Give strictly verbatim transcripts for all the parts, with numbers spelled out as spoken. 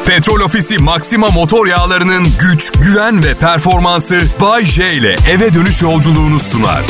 Petrol Ofisi Maxima motor yağlarının güç, güven ve performansı Bay J ile eve dönüş yolculuğunu sunar.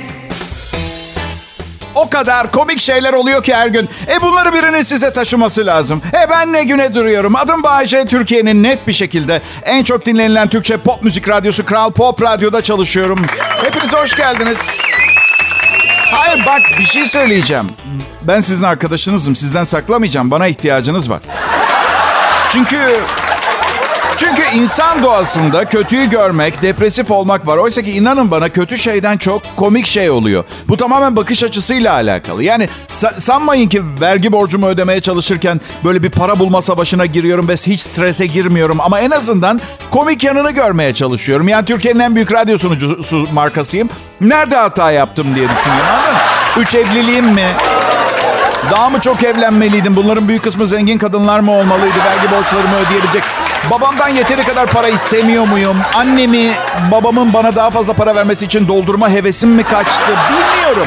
O kadar komik şeyler oluyor ki her gün. E bunları birinin size taşıması lazım. E ben ne güne duruyorum. Adım Bay J. Türkiye'nin net bir şekilde en çok dinlenilen Türkçe pop müzik radyosu Kral Pop Radyo'da çalışıyorum. Hepiniz hoş geldiniz. Hayır bak bir şey söyleyeceğim. Ben sizin arkadaşınızım. Sizden saklamayacağım. Bana ihtiyacınız var. Çünkü... Çünkü insan doğasında kötüyü görmek, depresif olmak var. Oysa ki inanın bana kötü şeyden çok komik şey oluyor. Bu tamamen bakış açısıyla alakalı. Yani sa- sanmayın ki vergi borcumu ödemeye çalışırken böyle bir para bulma savaşına giriyorum ve hiç strese girmiyorum. Ama en azından komik yanını görmeye çalışıyorum. Yani Türkiye'nin en büyük radyo sunucusu markasıyım. Nerede hata yaptım diye düşünüyorum, anladın mı? Üç evliliğim mi? Daha mı çok evlenmeliydim? Bunların büyük kısmı zengin kadınlar mı olmalıydı? Vergi borçlarımı ödeyebilecek. Babamdan yeteri kadar para istemiyor muyum? Annemi, babamın bana daha fazla para vermesi için doldurma hevesim mi kaçtı? Bilmiyorum.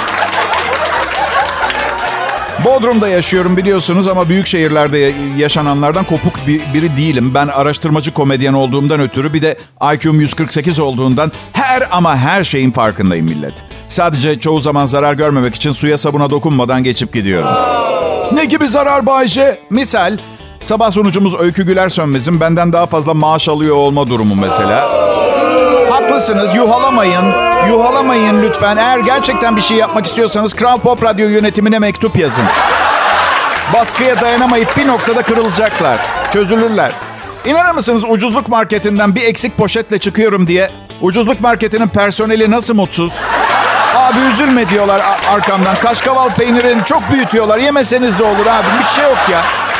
Bodrum'da yaşıyorum biliyorsunuz ama büyük şehirlerde yaşananlardan kopuk bir, biri değilim. Ben araştırmacı komedyen olduğumdan ötürü bir de I Q'm yüz kırk sekiz olduğundan her ama her şeyin farkındayım millet. Sadece çoğu zaman zarar görmemek için suya sabuna dokunmadan geçip gidiyorum. Ne gibi zarar Bayşe? Misal sabah sunucumuz Öykü Güler Sönmez'in benden daha fazla maaş alıyor olma durumu mesela. Haklısınız, yuhalamayın. Yuhalamayın lütfen. Eğer gerçekten bir şey yapmak istiyorsanız Kral Pop Radyo yönetimine mektup yazın. Baskıya dayanamayıp bir noktada kırılacaklar. Çözülürler. İnanır mısınız ucuzluk marketinden bir eksik poşetle çıkıyorum diye ucuzluk marketinin personeli nasıl mutsuz? Abi üzülme diyorlar arkamdan. Kaşkaval peynirini çok büyütüyorlar. Yemeseniz de olur abi. Bir şey yok ya.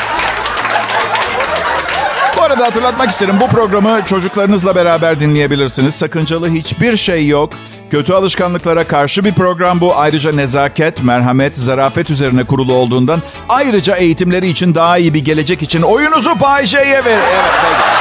Bu arada hatırlatmak isterim. Bu programı çocuklarınızla beraber dinleyebilirsiniz. Sakıncalı hiçbir şey yok. Kötü alışkanlıklara karşı bir program bu. Ayrıca nezaket, merhamet, zarafet üzerine kurulu olduğundan ayrıca eğitimleri için daha iyi bir gelecek için oyunuzu Bay J'ye verin. Evet, peki.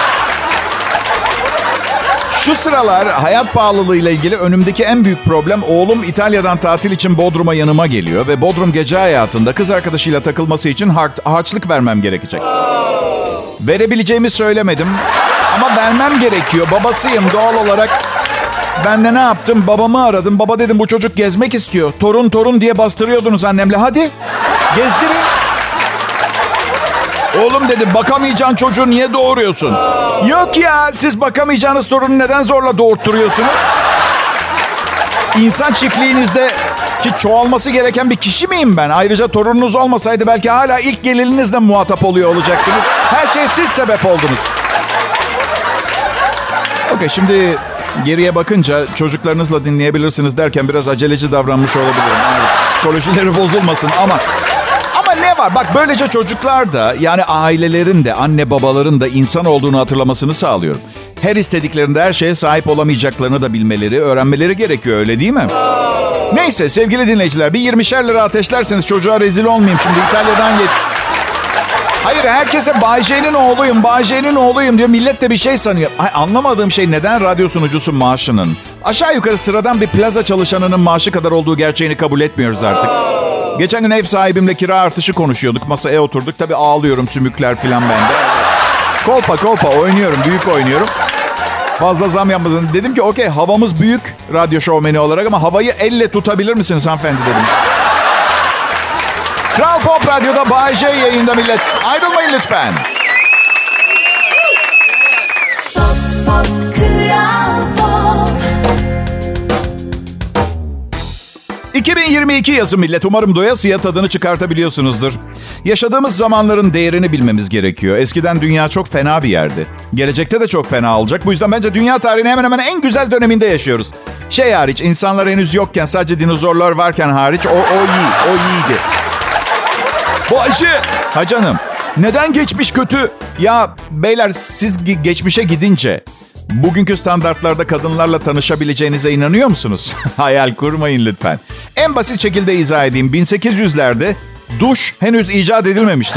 Şu sıralar hayat pahalılığıyla ilgili önümdeki en büyük problem oğlum İtalya'dan tatil için Bodrum'a yanıma geliyor ve Bodrum gece hayatında kız arkadaşıyla takılması için har- harçlık vermem gerekecek. Verebileceğimi söylemedim ama vermem gerekiyor. Babasıyım doğal olarak. Ben de ne yaptım? Babamı aradım. Baba dedim bu çocuk gezmek istiyor. Torun torun diye bastırıyordunuz annemle. Hadi gezdirin. Oğlum dedi bakamayacağın çocuğu niye doğuruyorsun? Yok ya siz bakamayacağınız torunu neden zorla doğurtturuyorsunuz? İnsan çiftliğinizde ki çoğalması gereken bir kişi miyim ben? Ayrıca torununuz olmasaydı belki hala ilk gelininizle muhatap oluyor olacaktınız. Her şeye siz sebep oldunuz. Okey şimdi geriye bakınca çocuklarınızla dinleyebilirsiniz derken biraz aceleci davranmış olabilirim. Yani psikolojileri bozulmasın ama... Ama ne var? Bak böylece çocuklar da yani ailelerin de anne babaların da insan olduğunu hatırlamasını sağlıyorum. Her istediklerinde her şeye sahip olamayacaklarını da bilmeleri, öğrenmeleri gerekiyor öyle değil mi? Neyse sevgili dinleyiciler bir yirmişer lira ateşlerseniz çocuğa rezil olmayayım şimdi İtalya'dan gel. Hayır herkese Bay J'nin oğluyum, Bay J'nin oğluyum diyor. Millet de bir şey sanıyor. Ay, anlamadığım şey neden radyo sunucusu maaşının aşağı yukarı sıradan bir plaza çalışanının maaşı kadar olduğu gerçeğini kabul etmiyoruz artık. Geçen gün ev sahibimle kira artışı konuşuyorduk. Masaya oturduk. Tabii ağlıyorum sümükler falan bende. Kolpa kolpa oynuyorum. Büyük oynuyorum. Fazla zam yapmasın. Dedim ki okey havamız büyük radyo şovmeni olarak ama havayı elle tutabilir misiniz hanımefendi dedim. Kral Pop Radyo'da Bay J yayında millet. Ayrılmayın lütfen. Pop, pop, Kral Pop. iki bin yirmi iki yazı millet. Umarım doyasıya tadını çıkartabiliyorsunuzdur. Yaşadığımız zamanların değerini bilmemiz gerekiyor. Eskiden dünya çok fena bir yerdi. Gelecekte de çok fena olacak. Bu yüzden bence dünya tarihinin hemen hemen en güzel döneminde yaşıyoruz. Şey hariç, insanlar henüz yokken, sadece dinozorlar varken hariç o, o iyi, o iyiydi. Bu Ayşe. Ha canım. Neden geçmiş kötü? Ya beyler siz ge- geçmişe gidince bugünkü standartlarda kadınlarla tanışabileceğinize inanıyor musunuz? Hayal kurmayın lütfen. En basit şekilde izah edeyim. bin sekiz yüzlerde duş henüz icat edilmemişti.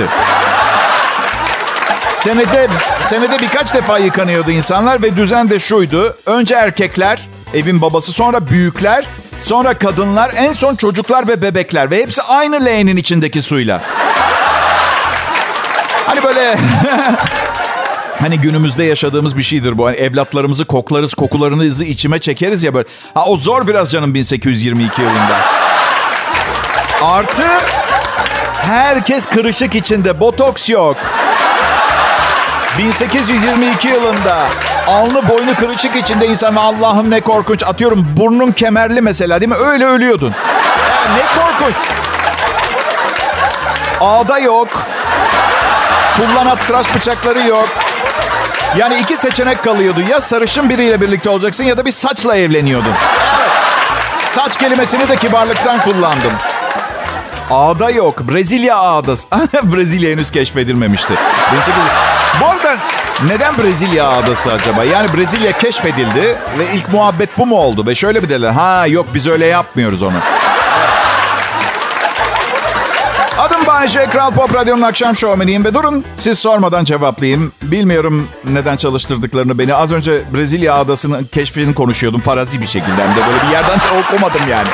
Senede, senede birkaç defa yıkanıyordu insanlar ve düzen de şuydu. Önce erkekler, evin babası, sonra büyükler, sonra kadınlar, en son çocuklar ve bebekler. Ve hepsi aynı leğenin içindeki suyla. Hani böyle... Hani günümüzde yaşadığımız bir şeydir bu. Hani evlatlarımızı koklarız, kokularınızı içime çekeriz ya böyle. Ha o zor biraz canım bin sekiz yüz yirmi iki yılında. Artı herkes kırışık içinde. Botoks yok. bin sekiz yüz yirmi iki yılında alnı boynu kırışık içinde insan, Allah'ım ne korkunç. Atıyorum burnun kemerli mesela, değil mi? Öyle ölüyordun. Yani ne korkunç. Ağda yok. Kullanan tıraş bıçakları yok. Yani iki seçenek kalıyordu. Ya sarışın biriyle birlikte olacaksın ya da bir saçla evleniyordun. Evet. Saç kelimesini de kibarlıktan kullandım. Ağda yok. Brezilya ağdası. Brezilya henüz keşfedilmemişti. Bu arada neden Brezilya ağdası acaba? Yani Brezilya keşfedildi ve ilk muhabbet bu mu oldu? Ve şöyle bir dediler. Ha yok, biz öyle yapmıyoruz onu. Adım Bay J. Kral Pop Radyo'nun akşam şovmeniyim ve durun siz sormadan cevaplayayım. Bilmiyorum neden çalıştırdıklarını beni. Az önce Brezilya adasının keşfini konuşuyordum farazi bir şekilde. Hem de böyle bir yerden de okumadım yani.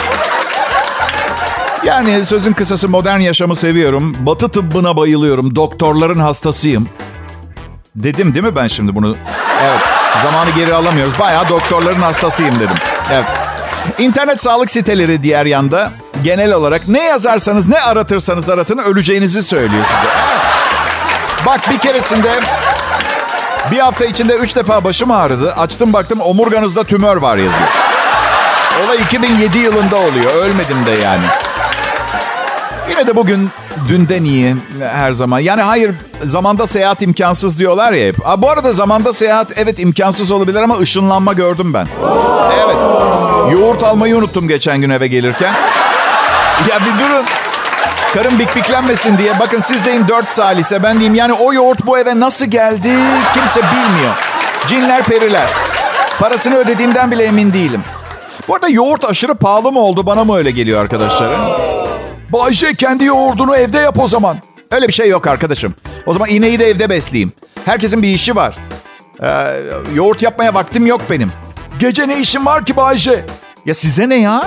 Yani sözün kısası modern yaşamı seviyorum. Batı tıbbına bayılıyorum. Doktorların hastasıyım. Dedim değil mi ben şimdi bunu? Evet, zamanı geri alamıyoruz. Bayağı doktorların hastasıyım dedim. Evet. İnternet sağlık siteleri diğer yanda genel olarak ne yazarsanız, ne aratırsanız aratın öleceğinizi söylüyor size. Evet. Bak bir keresinde bir hafta içinde üç defa başım ağrıdı. Açtım baktım omurganızda tümör var yazıyor. Olay iki bin yedi yılında oluyor. Ölmedim de yani. Yine de bugün dünden iyi her zaman. Yani hayır, zamanda seyahat imkansız diyorlar ya hep. Aa, bu arada zamanda seyahat evet imkansız olabilir ama ışınlanma gördüm ben. Evet. Yoğurt almayı unuttum geçen gün eve gelirken. Ya bir durun. Karım bikbiklenmesin diye. Bakın siz deyin dört salise, ben diyeyim yani o yoğurt bu eve nasıl geldi kimse bilmiyor. Cinler periler. Parasını ödediğimden bile emin değilim. Bu arada yoğurt aşırı pahalı mı oldu, bana mı öyle geliyor arkadaşlar? Bay J, kendi yoğurdunu evde yap o zaman. Öyle bir şey yok arkadaşım. O zaman ineği de evde besleyeyim. Herkesin bir işi var. Ee, yoğurt yapmaya vaktim yok benim. Gece ne işin var ki Bay J? Ya size ne ya?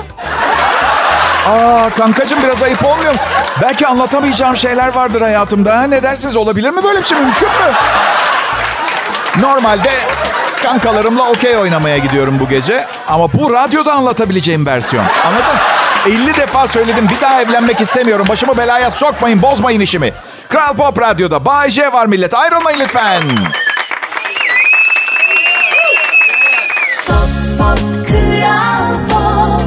Aa kankacığım, biraz ayıp olmuyor mu? Belki anlatamayacağım şeyler vardır hayatımda. Ne dersiniz, olabilir mi böyle bir şey, mümkün mü? Normalde kankalarımla okey oynamaya gidiyorum bu gece. Ama bu radyoda anlatabileceğim versiyon. Anladın? elli defa söyledim, bir daha evlenmek istemiyorum. Başımı belaya sokmayın, bozmayın işimi. Kral Pop Radyo'da Bay J var millet. Ayrılmayın lütfen. Pop, pop, Kral Pop.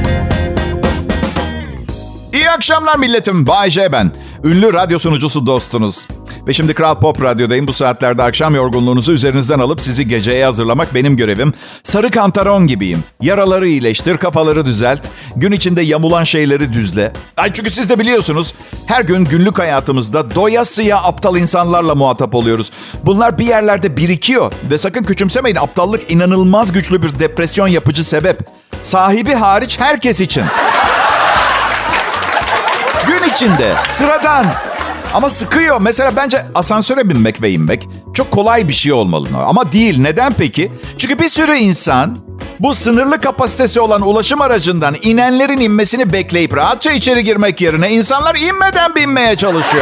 İyi akşamlar milletim. Bay J ben. Ünlü radyo sunucusu dostunuz. Ve şimdi Kral Pop Radyo'dayım. Bu saatlerde akşam yorgunluğunuzu üzerinizden alıp sizi geceye hazırlamak benim görevim. Sarı kantaron gibiyim. Yaraları iyileştir, kafaları düzelt. Gün içinde yamulan şeyleri düzle. Ay çünkü siz de biliyorsunuz, her gün günlük hayatımızda doyasıya aptal insanlarla muhatap oluyoruz. Bunlar bir yerlerde birikiyor. Ve sakın küçümsemeyin, aptallık inanılmaz güçlü bir depresyon yapıcı sebep. Sahibi hariç herkes için. Gün içinde, sıradan. Ama sıkıyor. Mesela bence asansöre binmek ve inmek çok kolay bir şey olmalı. Ama değil. Neden peki? Çünkü bir sürü insan bu sınırlı kapasitesi olan ulaşım aracından inenlerin inmesini bekleyip rahatça içeri girmek yerine insanlar inmeden binmeye çalışıyor.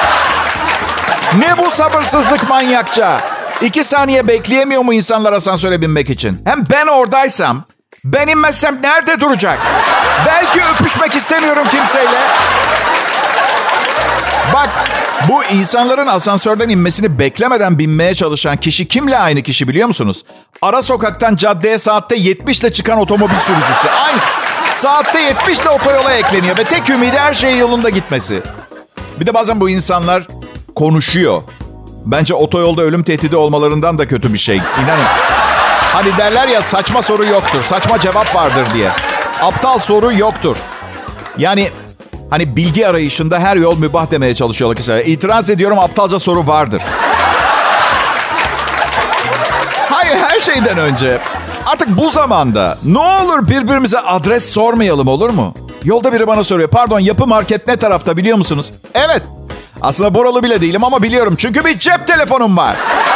Ne bu sabırsızlık manyakça? İki saniye bekleyemiyor mu insanlar asansöre binmek için? Hem ben oradaysam, ben inmezsem nerede duracak? Belki öpüşmek istemiyorum kimseyle. Bak, bu insanların asansörden inmesini beklemeden binmeye çalışan kişi kimle aynı kişi biliyor musunuz? Ara sokaktan caddeye saatte yetmiş ile çıkan otomobil sürücüsü. Aynı. Saatte yetmiş ile otoyola ekleniyor ve tek ümidi her şeyin yolunda gitmesi. Bir de bazen bu insanlar konuşuyor. Bence otoyolda ölüm tehdidi olmalarından da kötü bir şey. İnanın. Hani derler ya, saçma soru yoktur, saçma cevap vardır diye. Aptal soru yoktur. Yani... Hani bilgi arayışında her yol mübah demeye çalışıyorlar kişiler. İtiraz ediyorum, aptalca soru vardır. Hayır, her şeyden önce artık bu zamanda ne olur birbirimize adres sormayalım, olur mu? Yolda biri bana soruyor, pardon yapı market ne tarafta biliyor musunuz? Evet. Aslında buralı bile değilim ama biliyorum çünkü bir cep telefonum var.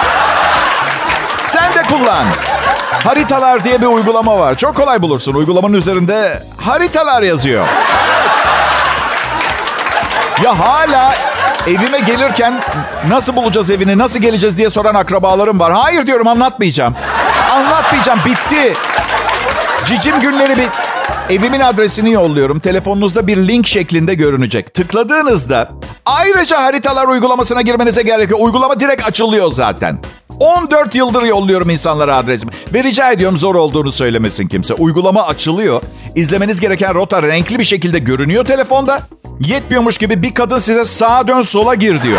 Sen de kullan. Haritalar diye bir uygulama var. Çok kolay bulursun. Uygulamanın üzerinde haritalar yazıyor. Ya hala Evime gelirken nasıl bulacağız evini, nasıl geleceğiz diye soran akrabalarım var. Hayır diyorum, anlatmayacağım. Anlatmayacağım, bitti. Cicim günleri bit. Evimin adresini yolluyorum. Telefonunuzda bir link şeklinde görünecek. Tıkladığınızda ayrıca haritalar uygulamasına girmenize gerek yok. Uygulama direkt açılıyor zaten. on dört yıldır yolluyorum insanlara adresimi. Ve rica ediyorum, zor olduğunu söylemesin kimse. Uygulama açılıyor. İzlemeniz gereken rota renkli bir şekilde görünüyor telefonda. Yetmiyormuş gibi bir kadın size sağa dön sola gir diyor.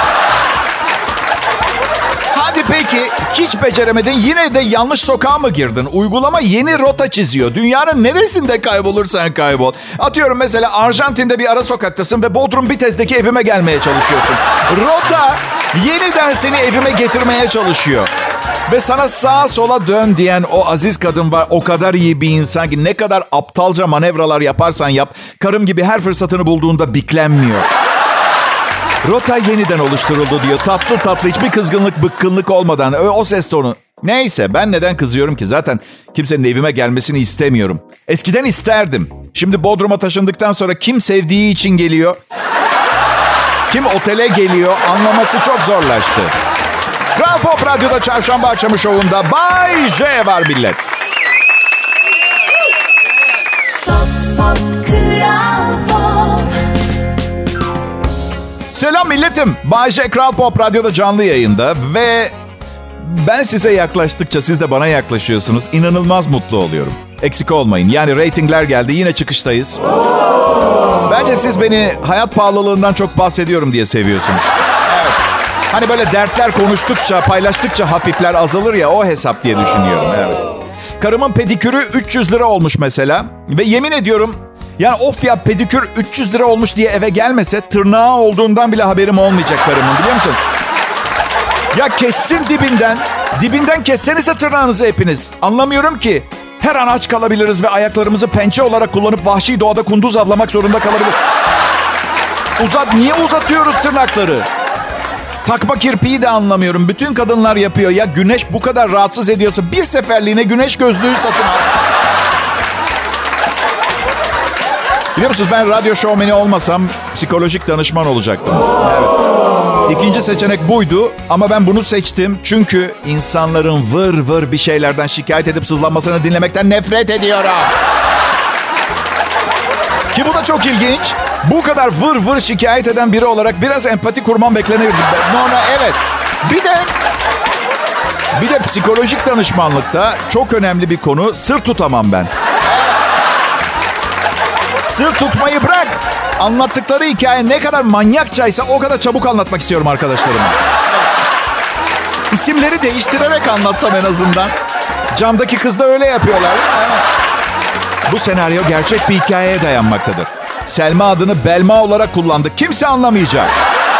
Hadi peki, hiç beceremedin, yine de yanlış sokağa mı girdin? Uygulama yeni rota çiziyor. Dünyanın neresinde kaybolursan kaybol. Atıyorum mesela Arjantin'de bir ara sokaktasın ve Bodrum Bitez'deki evime gelmeye çalışıyorsun. Rota yeniden seni evime getirmeye çalışıyor. Ve sana sağa sola dön diyen o aziz kadın var. O kadar iyi bir insan ki ne kadar aptalca manevralar yaparsan yap, karım gibi her fırsatını bulduğunda biklenmiyor. Rota yeniden oluşturuldu diyor. Tatlı tatlı, hiçbir kızgınlık, bıkkınlık olmadan. O, o ses tonu. Neyse, ben neden kızıyorum ki? Zaten kimsenin evime gelmesini istemiyorum. Eskiden isterdim. Şimdi Bodrum'a taşındıktan sonra kim sevdiği için geliyor, kim otele geliyor anlaması çok zorlaştı. Kral Pop Radyo'da çarşamba akşamı şovunda Bay J var millet. Pop, pop, Kral Pop. Selam milletim. Bay J Kral Pop Radyo'da canlı yayında ve ben size yaklaştıkça siz de bana yaklaşıyorsunuz. İnanılmaz mutlu oluyorum. Eksik olmayın. Yani reytingler geldi. Yine çıkıştayız. Bence siz beni hayat pahalılığından çok bahsediyorum diye seviyorsunuz. Evet. Hani böyle dertler konuştukça, paylaştıkça hafifler, azalır ya, o hesap diye düşünüyorum. Evet. Karımın pedikürü üç yüz lira olmuş mesela. Ve yemin ediyorum, yani of ya, pedikür üç yüz lira olmuş diye eve gelmese tırnağı olduğundan bile haberim olmayacak karımın, biliyor musun? Ya kessin dibinden. Dibinden kessenize tırnağınızı hepiniz. Anlamıyorum ki. Her an aç kalabiliriz ve ayaklarımızı pençe olarak kullanıp vahşi doğada kunduz avlamak zorunda kalabilir. Uzat, niye uzatıyoruz tırnakları? Takma kirpiği de anlamıyorum. Bütün kadınlar yapıyor. Ya güneş bu kadar rahatsız ediyorsa bir seferliğine güneş gözlüğü satın al. Biliyor musunuz, ben radyo şovmeni olmasam psikolojik danışman olacaktım. Evet. İkinci seçenek buydu ama ben bunu seçtim. Çünkü insanların vır vır bir şeylerden şikayet edip sızlanmasını dinlemekten nefret ediyorum. Ki bu da çok ilginç. Bu kadar vır vır şikayet eden biri olarak biraz empati kurmam beklenebilirdi. Ona evet. Bir de bir de psikolojik danışmanlıkta çok önemli bir konu, sır tutamam ben. Sır tutmayı bırak. Anlattıkları hikaye ne kadar manyakçaysa o kadar çabuk anlatmak istiyorum arkadaşlarıma. İsimleri değiştirerek anlatsam en azından. Camdaki kız da öyle yapıyorlar. Bu senaryo gerçek bir hikayeye dayanmaktadır. Selma adını Belma olarak kullandık. Kimse anlamayacak.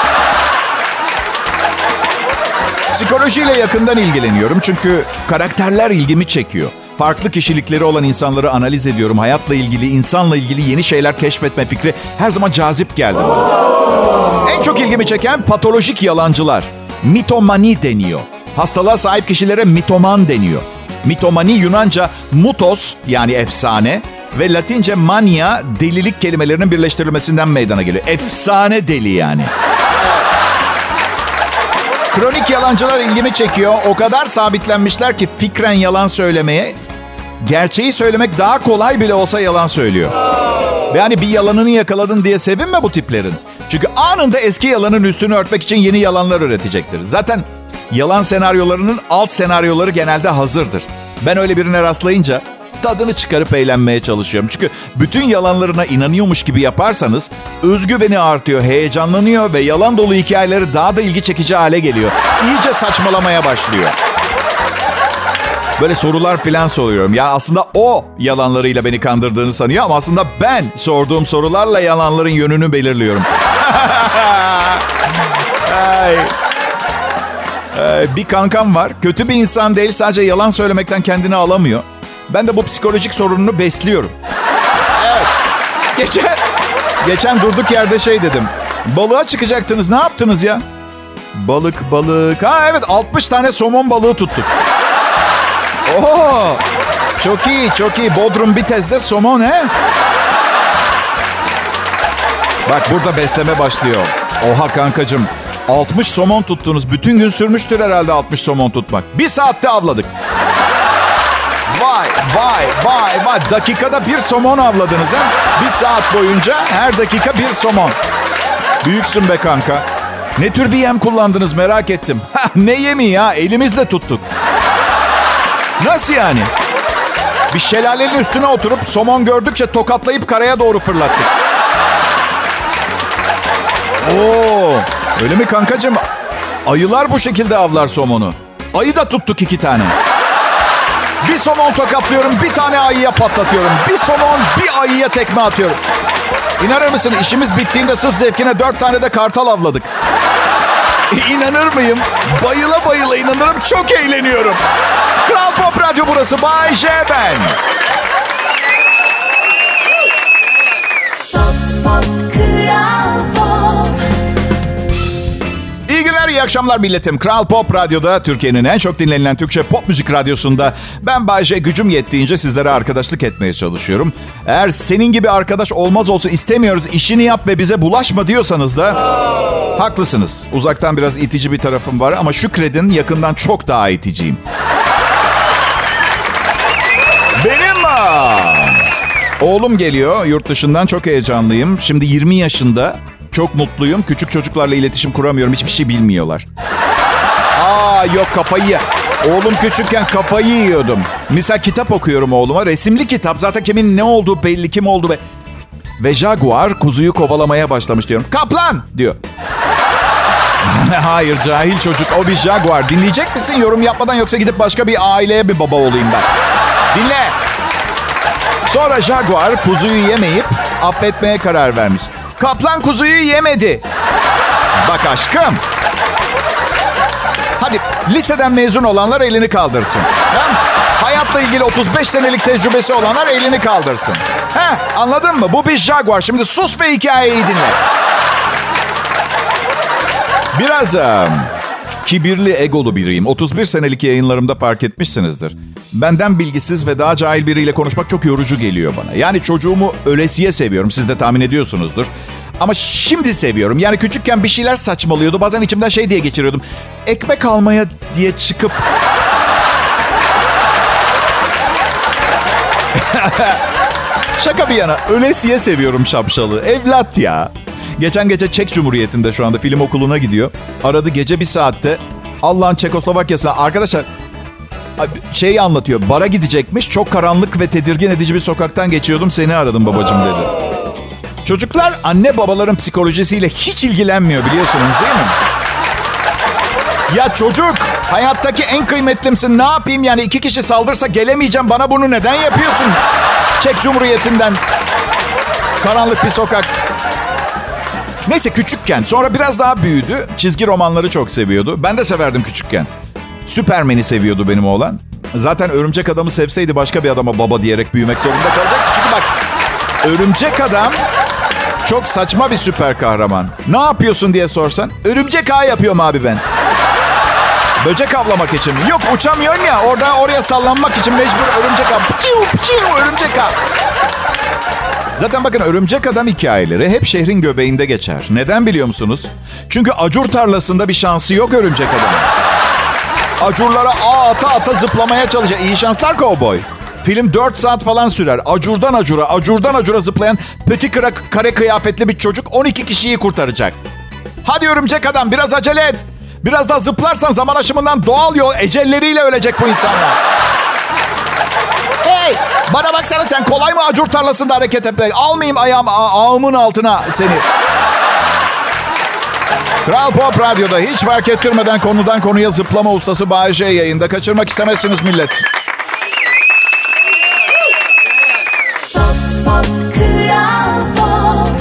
Psikolojiyle yakından ilgileniyorum çünkü karakterler ilgimi çekiyor. Farklı kişilikleri olan insanları analiz ediyorum. Hayatla ilgili, insanla ilgili yeni şeyler keşfetme fikri her zaman cazip geldi bana. En çok ilgimi çeken patolojik yalancılar. Mitomani deniyor. Hastalığa sahip kişilere mitoman deniyor. Mitomani Yunanca mutos, yani efsane, ve Latince mania, delilik kelimelerinin birleştirilmesinden meydana geliyor. Efsane deli yani. Kronik yalancılar ilgimi çekiyor. O kadar sabitlenmişler ki fikren yalan söylemeye, gerçeği söylemek daha kolay bile olsa yalan söylüyor. Ve hani bir yalanını yakaladın diye sevinme bu tiplerin. Çünkü anında eski yalanın üstünü örtmek için yeni yalanlar üretecektir. Zaten yalan senaryolarının alt senaryoları genelde hazırdır. Ben öyle birine rastlayınca tadını çıkarıp eğlenmeye çalışıyorum. Çünkü bütün yalanlarına inanıyormuş gibi yaparsanız özgüveni artıyor, heyecanlanıyor ve yalan dolu hikayeleri daha da ilgi çekici hale geliyor. İyice saçmalamaya başlıyor. Böyle sorular filan soruyorum. Ya aslında o yalanlarıyla beni kandırdığını sanıyor ama aslında ben sorduğum sorularla yalanların yönünü belirliyorum. Ay. Ee, bir kankam var. Kötü bir insan değil, sadece yalan söylemekten kendini alamıyor. Ben de bu psikolojik sorununu besliyorum. Evet. Geçen, geçen durduk yerde şey dedim. Balığa çıkacaktınız, ne yaptınız ya? Balık, balık. Ha evet, altmış tane somon balığı tuttuk. Oo, çok iyi, çok iyi. Bodrum Bitez'de somon he? Bak burada besleme başlıyor. Oha kankacığım. altmış somon tuttunuz. Bütün gün sürmüştür herhalde altmış somon tutmak. Bir saatte avladık. Vay vay vay vay. Dakikada bir somon avladınız ha? Bir saat boyunca her dakika bir somon. Büyüksün be kanka. Ne tür bir yem kullandınız merak ettim. Ne yemi ya? Elimizle tuttuk. Nasıl yani? Bir şelalenin üstüne oturup somon gördükçe tokatlayıp karaya doğru fırlattık. Oo, öyle mi kankacığım? Ayılar bu şekilde avlar somonu. Ayı da tuttuk iki tane. Bir somon tokatlıyorum, bir tane ayıya patlatıyorum. Bir somon, bir ayıya tekme atıyorum. İnanır mısın? İşimiz bittiğinde sırf zevkine dört tane de kartal avladık. İnanır mıyım? Bayıla bayıla inanırım. Çok eğleniyorum. Kral Pop Radyo burası. Bay J ben. Pop, pop, Kral Pop. İyi günler, iyi akşamlar milletim. Kral Pop Radyo'da, Türkiye'nin en çok dinlenilen Türkçe pop müzik radyosunda ben Bay J, gücüm yettiğince sizlere arkadaşlık etmeye çalışıyorum. Eğer senin gibi arkadaş olmaz olsa istemiyoruz, işini yap ve bize bulaşma diyorsanız da haklısınız. Uzaktan biraz itici bir tarafım var ama şükredin yakından çok daha iticiyim. Benim aa, oğlum geliyor yurt dışından, çok heyecanlıyım. Şimdi yirmi yaşında. Çok mutluyum. Küçük çocuklarla iletişim kuramıyorum. Hiçbir şey bilmiyorlar. Aa yok, kafayı. Oğlum küçükken kafayı yiyordum. Misal kitap okuyorum oğluma. Resimli kitap. Zaten kimin ne olduğu belli, kim oldu. Ve, ve Jaguar kuzuyu kovalamaya başlamış diyorum. Kaplan diyor. Hayır cahil çocuk. O bir Jaguar. Dinleyecek misin yorum yapmadan, yoksa gidip başka bir aileye bir baba olayım ben. Dinle. Sonra Jaguar kuzuyu yemeyip affetmeye karar vermiş. Kaplan kuzuyu yemedi. Bak aşkım. Hadi liseden mezun olanlar elini kaldırsın. Tamam? Hayatla ilgili otuz beş senelik tecrübesi olanlar elini kaldırsın. He, anladın mı? Bu bir Jaguar. Şimdi sus ve hikayeyi dinle. Biraz um, kibirli, egolu biriyim. otuz bir senelik yayınlarımda fark etmişsinizdir. Benden bilgisiz ve daha cahil biriyle konuşmak çok yorucu geliyor bana. Yani çocuğumu ölesiye seviyorum. Siz de tahmin ediyorsunuzdur. Ama şimdi seviyorum. Yani küçükken bir şeyler saçmalıyordu. Bazen içimden şey diye geçiriyordum. Ekmek almaya diye çıkıp... Şaka bir yana, ölesiye seviyorum şapşalı. Evlat ya. Geçen gece Çek Cumhuriyeti'nde şu anda film okuluna gidiyor. Aradı gece bir saatte. Allah'ın Çekoslovakya'sına. Arkadaşlar şey anlatıyor. Bara gidecekmiş. Çok karanlık ve tedirgin edici bir sokaktan geçiyordum. Seni aradım babacığım dedi. Çocuklar anne babaların psikolojisiyle hiç ilgilenmiyor, biliyorsunuz değil mi? Ya çocuk, hayattaki en kıymetlimsin. Ne yapayım yani, iki kişi saldırsa gelemeyeceğim. Bana bunu neden yapıyorsun? Çek Cumhuriyeti'nden. Karanlık bir sokak. Neyse küçükken, sonra biraz daha büyüdü. Çizgi romanları çok seviyordu. Ben de severdim küçükken. Süpermen'i seviyordu benim oğlan. Zaten Örümcek Adam'ı sevseydi başka bir adama baba diyerek büyümek zorunda kalacaktı. Çünkü bak, Örümcek Adam çok saçma bir süper kahraman. Ne yapıyorsun diye sorsan, örümcek ağ yapıyorum abi ben. Böcek avlamak için. Yok, uçamıyorum ya, oradan oraya sallanmak için mecbur örümcek ağ. Pıçıv pıçıv örümcek ağ. Zaten bakın, Örümcek Adam hikayeleri hep şehrin göbeğinde geçer. Neden biliyor musunuz? Çünkü acur tarlasında bir şansı yok Örümcek Adam'ın. Acurlara ağ ata ata zıplamaya çalışacak. İyi şanslar kovboy. Film dört saat falan sürer. Acurdan acura, acurdan acura zıplayan pötü kara, kare kıyafetli bir çocuk on iki kişiyi kurtaracak. Hadi Örümcek Adam, biraz acele et. Biraz daha zıplarsan zaman aşımından doğal yol ecelleriyle ölecek bu insanlar. Hey, bana baksana sen, kolay mı acur tarlasında hareket etmek? Almayayım ayağım ağımın altına seni. Kral Pop Radyo'da hiç fark ettirmeden konudan konuya zıplama ustası Bay J yayında. Kaçırmak istemezsiniz millet. Pop, pop, Kral Pop.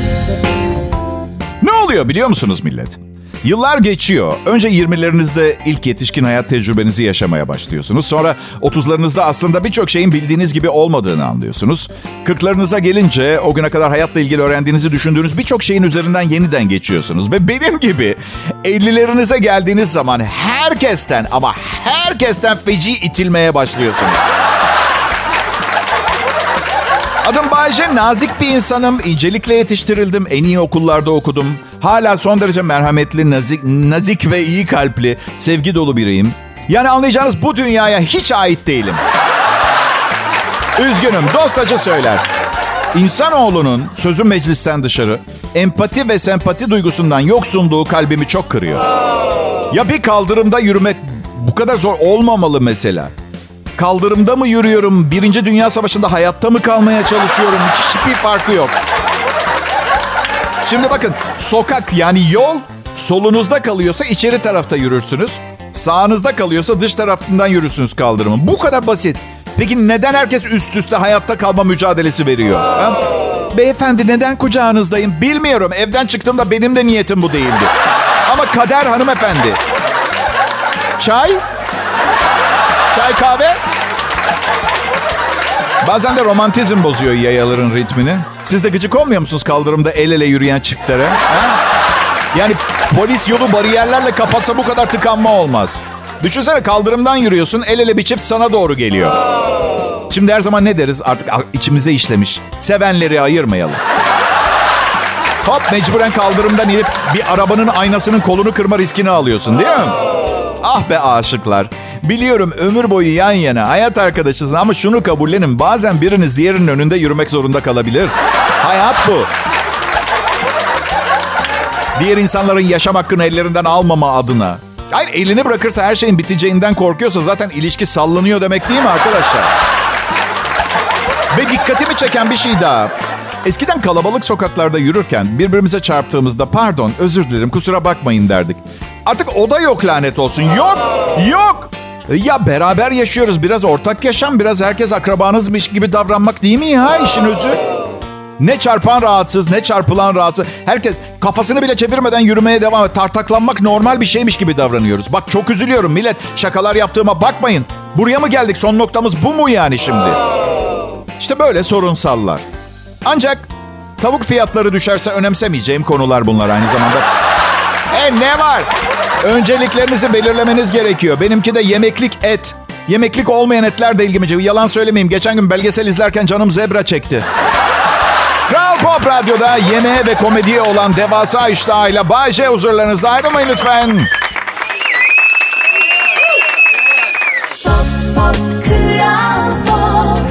Ne oluyor biliyor musunuz millet? Yıllar geçiyor. Önce yirmilerinizde ilk yetişkin hayat tecrübenizi yaşamaya başlıyorsunuz. Sonra otuzlarınızda aslında birçok şeyin bildiğiniz gibi olmadığını anlıyorsunuz. kırklarınıza gelince o güne kadar hayatla ilgili öğrendiğinizi düşündüğünüz birçok şeyin üzerinden yeniden geçiyorsunuz. Ve benim gibi ellilerinize geldiğiniz zaman herkesten, ama herkesten feci itilmeye başlıyorsunuz. Adım Bayce, nazik bir insanım. İncelikle yetiştirildim. En iyi okullarda okudum. Hala son derece merhametli, nazik, nazik ve iyi kalpli, sevgi dolu biriyim. Yani anlayacağınız bu dünyaya hiç ait değilim. Üzgünüm, dost acı söyler. İnsanoğlunun sözü meclisten dışarı, empati ve sempati duygusundan yoksunluğu kalbimi çok kırıyor. Ya bir kaldırımda yürümek bu kadar zor olmamalı mesela. Kaldırımda mı yürüyorum, Birinci Dünya Savaşı'nda hayatta mı kalmaya çalışıyorum? Hiçbir farkı yok. Şimdi bakın, sokak yani yol solunuzda kalıyorsa içeri tarafta yürürsünüz. Sağınızda kalıyorsa dış tarafından yürürsünüz kaldırımın. Bu kadar basit. Peki neden herkes üst üste hayatta kalma mücadelesi veriyor? Ha? Beyefendi neden kucağınızdayım? Bilmiyorum. Evden çıktığımda benim de niyetim bu değildi. Ama kader hanımefendi. Çay? Çay kahve? Bazen de romantizm bozuyor yayaların ritmini. Siz de gıcık olmuyor musunuz kaldırımda el ele yürüyen çiftlere? Ha? Yani polis yolu bariyerlerle kapatsa bu kadar tıkanma olmaz. Düşünsene, kaldırımdan yürüyorsun, el ele bir çift sana doğru geliyor. Şimdi her zaman ne deriz? Artık içimize işlemiş. Sevenleri ayırmayalım. Hop, mecburen kaldırımdan inip bir arabanın aynasının kolunu kırma riskini alıyorsun değil mi? Ah be aşıklar. Biliyorum ömür boyu yan yana hayat arkadaşısın ama şunu kabullenin. Bazen biriniz diğerinin önünde yürümek zorunda kalabilir. Hayat bu. Diğer insanların yaşam hakkını ellerinden almama adına. Hayır, elini bırakırsa her şeyin biteceğinden korkuyorsa zaten ilişki sallanıyor demek değil mi arkadaşlar? Ve dikkatimi çeken bir şey daha. Eskiden kalabalık sokaklarda yürürken birbirimize çarptığımızda pardon, özür dilerim, kusura bakmayın derdik. Artık o da yok, lanet olsun. Yok, yok. Ya beraber yaşıyoruz, biraz ortak yaşam, biraz herkes akrabanızmış gibi davranmak değil mi ya işin özü? Ne çarpan rahatsız, ne çarpılan rahatsız. Herkes kafasını bile çevirmeden yürümeye devam et. Tartaklanmak normal bir şeymiş gibi davranıyoruz. Bak çok üzülüyorum millet. Şakalar yaptığıma bakmayın. Buraya mı geldik? Son noktamız bu mu yani şimdi? İşte böyle sorunsallar. Ancak tavuk fiyatları düşerse önemsemeyeceğim konular bunlar aynı zamanda. E ne var? Önceliklerinizi belirlemeniz gerekiyor. Benimki de yemeklik et. Yemeklik olmayan etler de ilgimi çekiyor. Yalan söylemeyeyim. Geçen gün belgesel izlerken canım zebra çekti. Kral Pop Radyo'da yemeğe ve komediye olan devasa iştahıyla Bay J huzurlarınızda, ayrılmayın lütfen. Pop, pop, Kral Pop.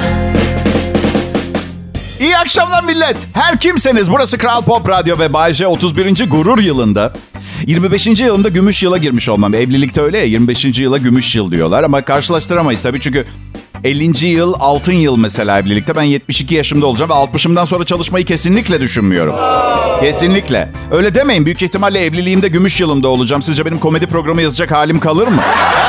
İyi akşamlar millet. Her kimseniz, burası Kral Pop Radyo ve Bay J otuz birinci gurur yılında. yirmi beşinci yılımda gümüş yıla girmiş olmam. Evlilikte öyle ya, yirmi beşinci yıla gümüş yıl diyorlar ama karşılaştıramayız tabii çünkü ellinci yıl altın yıl mesela evlilikte. Ben yetmiş iki yaşımda olacağım ve altmışımdan sonra çalışmayı kesinlikle düşünmüyorum. Kesinlikle. Öyle demeyin, büyük ihtimalle evliliğimde gümüş yılımda olacağım. Sizce benim komedi programı yazacak halim kalır mı?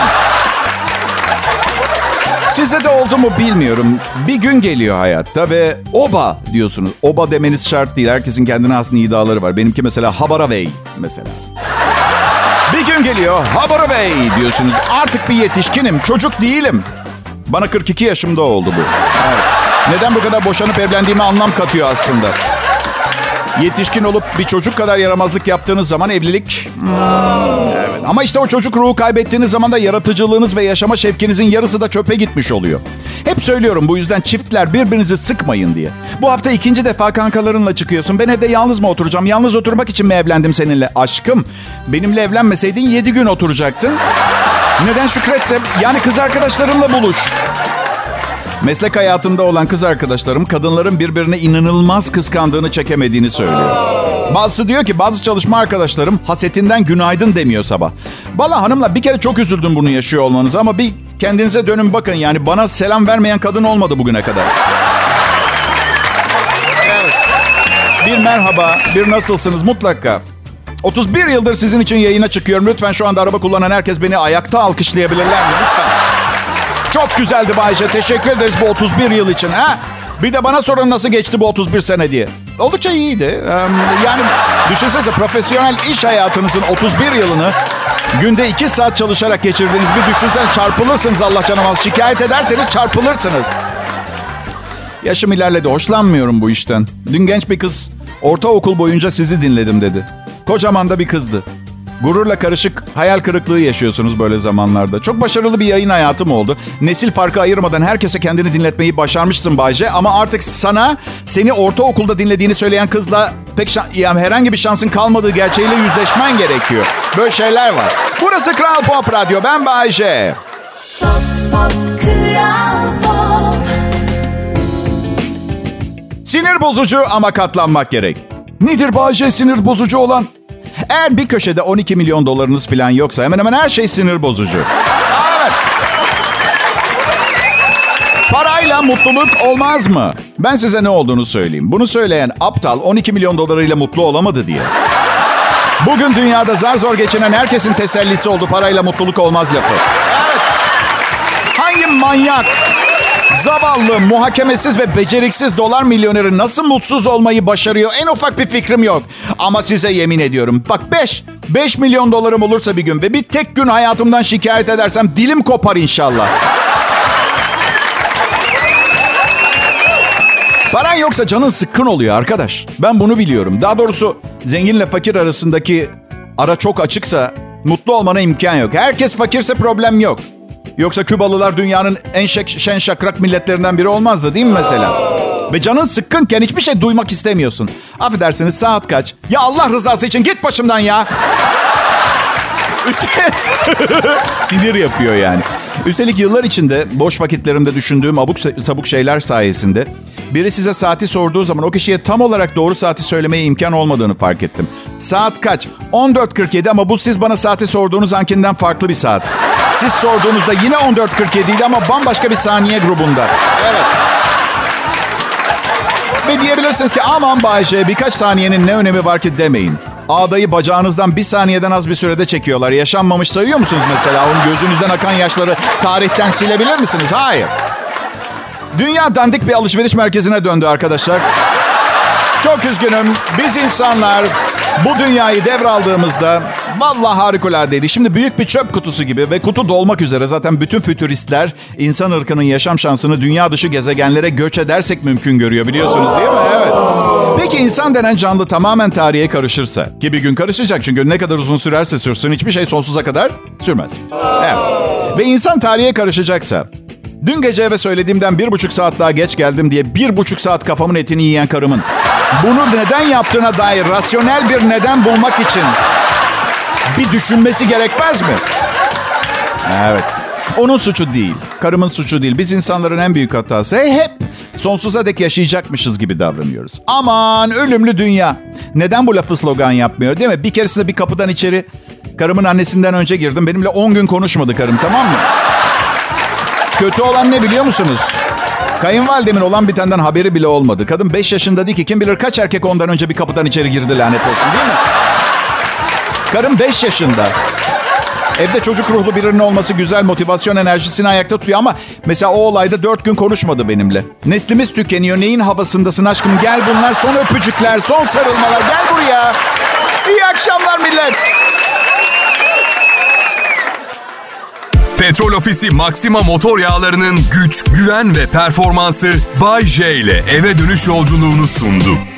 Size de oldu mu bilmiyorum. Bir gün geliyor hayatta ve oba diyorsunuz. Oba demeniz şart değil. Herkesin kendine has nidaları var. Benimki mesela Habara Bey mesela. Bir gün geliyor Habara Bey diyorsunuz. Artık bir yetişkinim, çocuk değilim. Bana kırk iki yaşımda oldu bu. Evet. Neden bu kadar boşanıp evlendiğime anlam katıyor aslında. Yetişkin olup bir çocuk kadar yaramazlık yaptığınız zaman evlilik... Hmm, evet. Ama işte o çocuk ruhu kaybettiğiniz zaman da yaratıcılığınız ve yaşama şevkinizin yarısı da çöpe gitmiş oluyor. Hep söylüyorum bu yüzden çiftler birbirinizi sıkmayın diye. Bu hafta ikinci defa kankalarınla çıkıyorsun. Ben evde yalnız mı oturacağım? Yalnız oturmak için mi evlendim seninle? Aşkım, benimle evlenmeseydin yedi gün oturacaktın. Neden şükrettim? Yani kız arkadaşlarınla buluş. Meslek hayatında olan kız arkadaşlarım kadınların birbirine inanılmaz kıskandığını çekemediğini söylüyor. Bazısı diyor ki bazı çalışma arkadaşlarım hasetinden günaydın demiyor sabah. Vallahi hanımlar, bir kere çok üzüldüm bunu yaşıyor olmanıza ama bir kendinize dönün bakın. Yani bana selam vermeyen kadın olmadı bugüne kadar. Evet. Bir merhaba, bir nasılsınız mutlaka. otuz bir yıldır sizin için yayına çıkıyorum. Lütfen şu anda araba kullanan herkes beni ayakta alkışlayabilirler mi? Lütfen. Çok güzeldi Bayce. Teşekkür ederiz bu otuz bir yıl için. Ha? Bir de bana sorun nasıl geçti bu otuz bir sene diye. Oldukça iyiydi. Yani düşünsenize, profesyonel iş hayatınızın otuz bir yılını günde iki saat çalışarak geçirdiğiniz bir düşünsenize, çarpılırsınız Allah canım az. Şikayet ederseniz çarpılırsınız. Yaşım ilerledi. Hoşlanmıyorum bu işten. Dün genç bir kız ortaokul boyunca sizi dinledim dedi. Kocaman da bir kızdı. Gururla karışık hayal kırıklığı yaşıyorsunuz böyle zamanlarda. Çok başarılı bir yayın hayatım oldu. Nesil farkı ayırmadan herkese kendini dinletmeyi başarmışsın Bay J. Ama artık sana seni ortaokulda dinlediğini söyleyen kızla pek şan- yani herhangi bir şansın kalmadığı gerçeğiyle yüzleşmen gerekiyor. Böyle şeyler var. Burası Kral Pop Radyo. Ben Bay J. Pop, pop, Kral Pop. Sinir bozucu ama katlanmak gerek. Nedir Bay J sinir bozucu olan? Eğer bir köşede on iki milyon dolarınız falan yoksa hemen hemen her şey sinir bozucu. Evet. Parayla mutluluk olmaz mı? Ben size ne olduğunu söyleyeyim. Bunu söyleyen aptal on iki milyon dolarıyla mutlu olamadı diye. Bugün dünyada zar zor geçinen herkesin tesellisi oldu. Parayla mutluluk olmaz lafı. Evet. Hangi manyak, zavallı, muhakemesiz ve beceriksiz dolar milyoneri nasıl mutsuz olmayı başarıyor? En ufak bir fikrim yok. Ama size yemin ediyorum. Bak beş, beş milyon dolarım olursa bir gün ve bir tek gün hayatımdan şikayet edersem dilim kopar inşallah. Paran yoksa canın sıkkın oluyor arkadaş. Ben bunu biliyorum. Daha doğrusu zenginle fakir arasındaki ara çok açıksa mutlu olmana imkan yok. Herkes fakirse problem yok. Yoksa Kübalılar dünyanın en şek, şen şakrak milletlerinden biri olmazdı değil mi mesela? Ve canın sıkkınken hiçbir şey duymak istemiyorsun. Affedersiniz saat kaç? Ya Allah rızası için git başımdan ya. Sinir yapıyor yani. Üstelik yıllar içinde boş vakitlerimde düşündüğüm abuk sabuk şeyler sayesinde biri size saati sorduğu zaman o kişiye tam olarak doğru saati söylemeye imkan olmadığını fark ettim. Saat kaç? on dört kırk yedi ama bu siz bana saati sorduğunuz ankinden farklı bir saat. Siz sorduğunuzda yine on dört kırk yedi idi ama bambaşka bir saniye grubunda. Evet. Ve diyebilirsiniz ki aman Bay J birkaç saniyenin ne önemi var ki demeyin. Ağdayı bacağınızdan bir saniyeden az bir sürede çekiyorlar. Yaşanmamış sayıyor musunuz mesela? Onun gözünüzden akan yaşları tarihten silebilir misiniz? Hayır. Dünya dandik bir alışveriş merkezine döndü arkadaşlar. Çok üzgünüm. Biz insanlar bu dünyayı devraldığımızda vallahi harikulade. Şimdi büyük bir çöp kutusu gibi ve kutu dolmak üzere. Zaten bütün fütüristler insan ırkının yaşam şansını dünya dışı gezegenlere göç edersek mümkün görüyor biliyorsunuz değil mi? Evet. Peki insan denen canlı tamamen tarihe karışırsa, ki bir gün karışacak çünkü ne kadar uzun sürerse sürsün hiçbir şey sonsuza kadar sürmez. Evet. Ve insan tarihe karışacaksa, dün gece eve söylediğimden bir buçuk saat daha geç geldim diye bir buçuk saat kafamın etini yiyen karımın bunu neden yaptığına dair rasyonel bir neden bulmak için bir düşünmesi gerekmez mi? Evet. Onun suçu değil. Karımın suçu değil. Biz insanların en büyük hatası hep sonsuza dek yaşayacakmışız gibi davranıyoruz. Aman ölümlü dünya. Neden bu lafı slogan yapmıyor değil mi? Bir keresinde bir kapıdan içeri karımın annesinden önce girdim. Benimle on gün konuşmadı karım, tamam mı? Kötü olan ne biliyor musunuz? Kayınvalidemin olan bitenden haberi bile olmadı. Kadın beş yaşında değil ki kim bilir kaç erkek ondan önce bir kapıdan içeri girdi lanet olsun değil mi? Karım beş yaşında. Evde çocuk ruhlu birinin olması güzel, motivasyon enerjisini ayakta tutuyor ama mesela o olayda dört gün konuşmadı benimle. Neslimiz tükeniyor, neyin havasındasın aşkım, gel bunlar son öpücükler, son sarılmalar, gel buraya. İyi akşamlar millet. Petrol Ofisi Maxima motor yağlarının güç, güven ve performansı Bay J ile eve dönüş yolculuğunu sundu.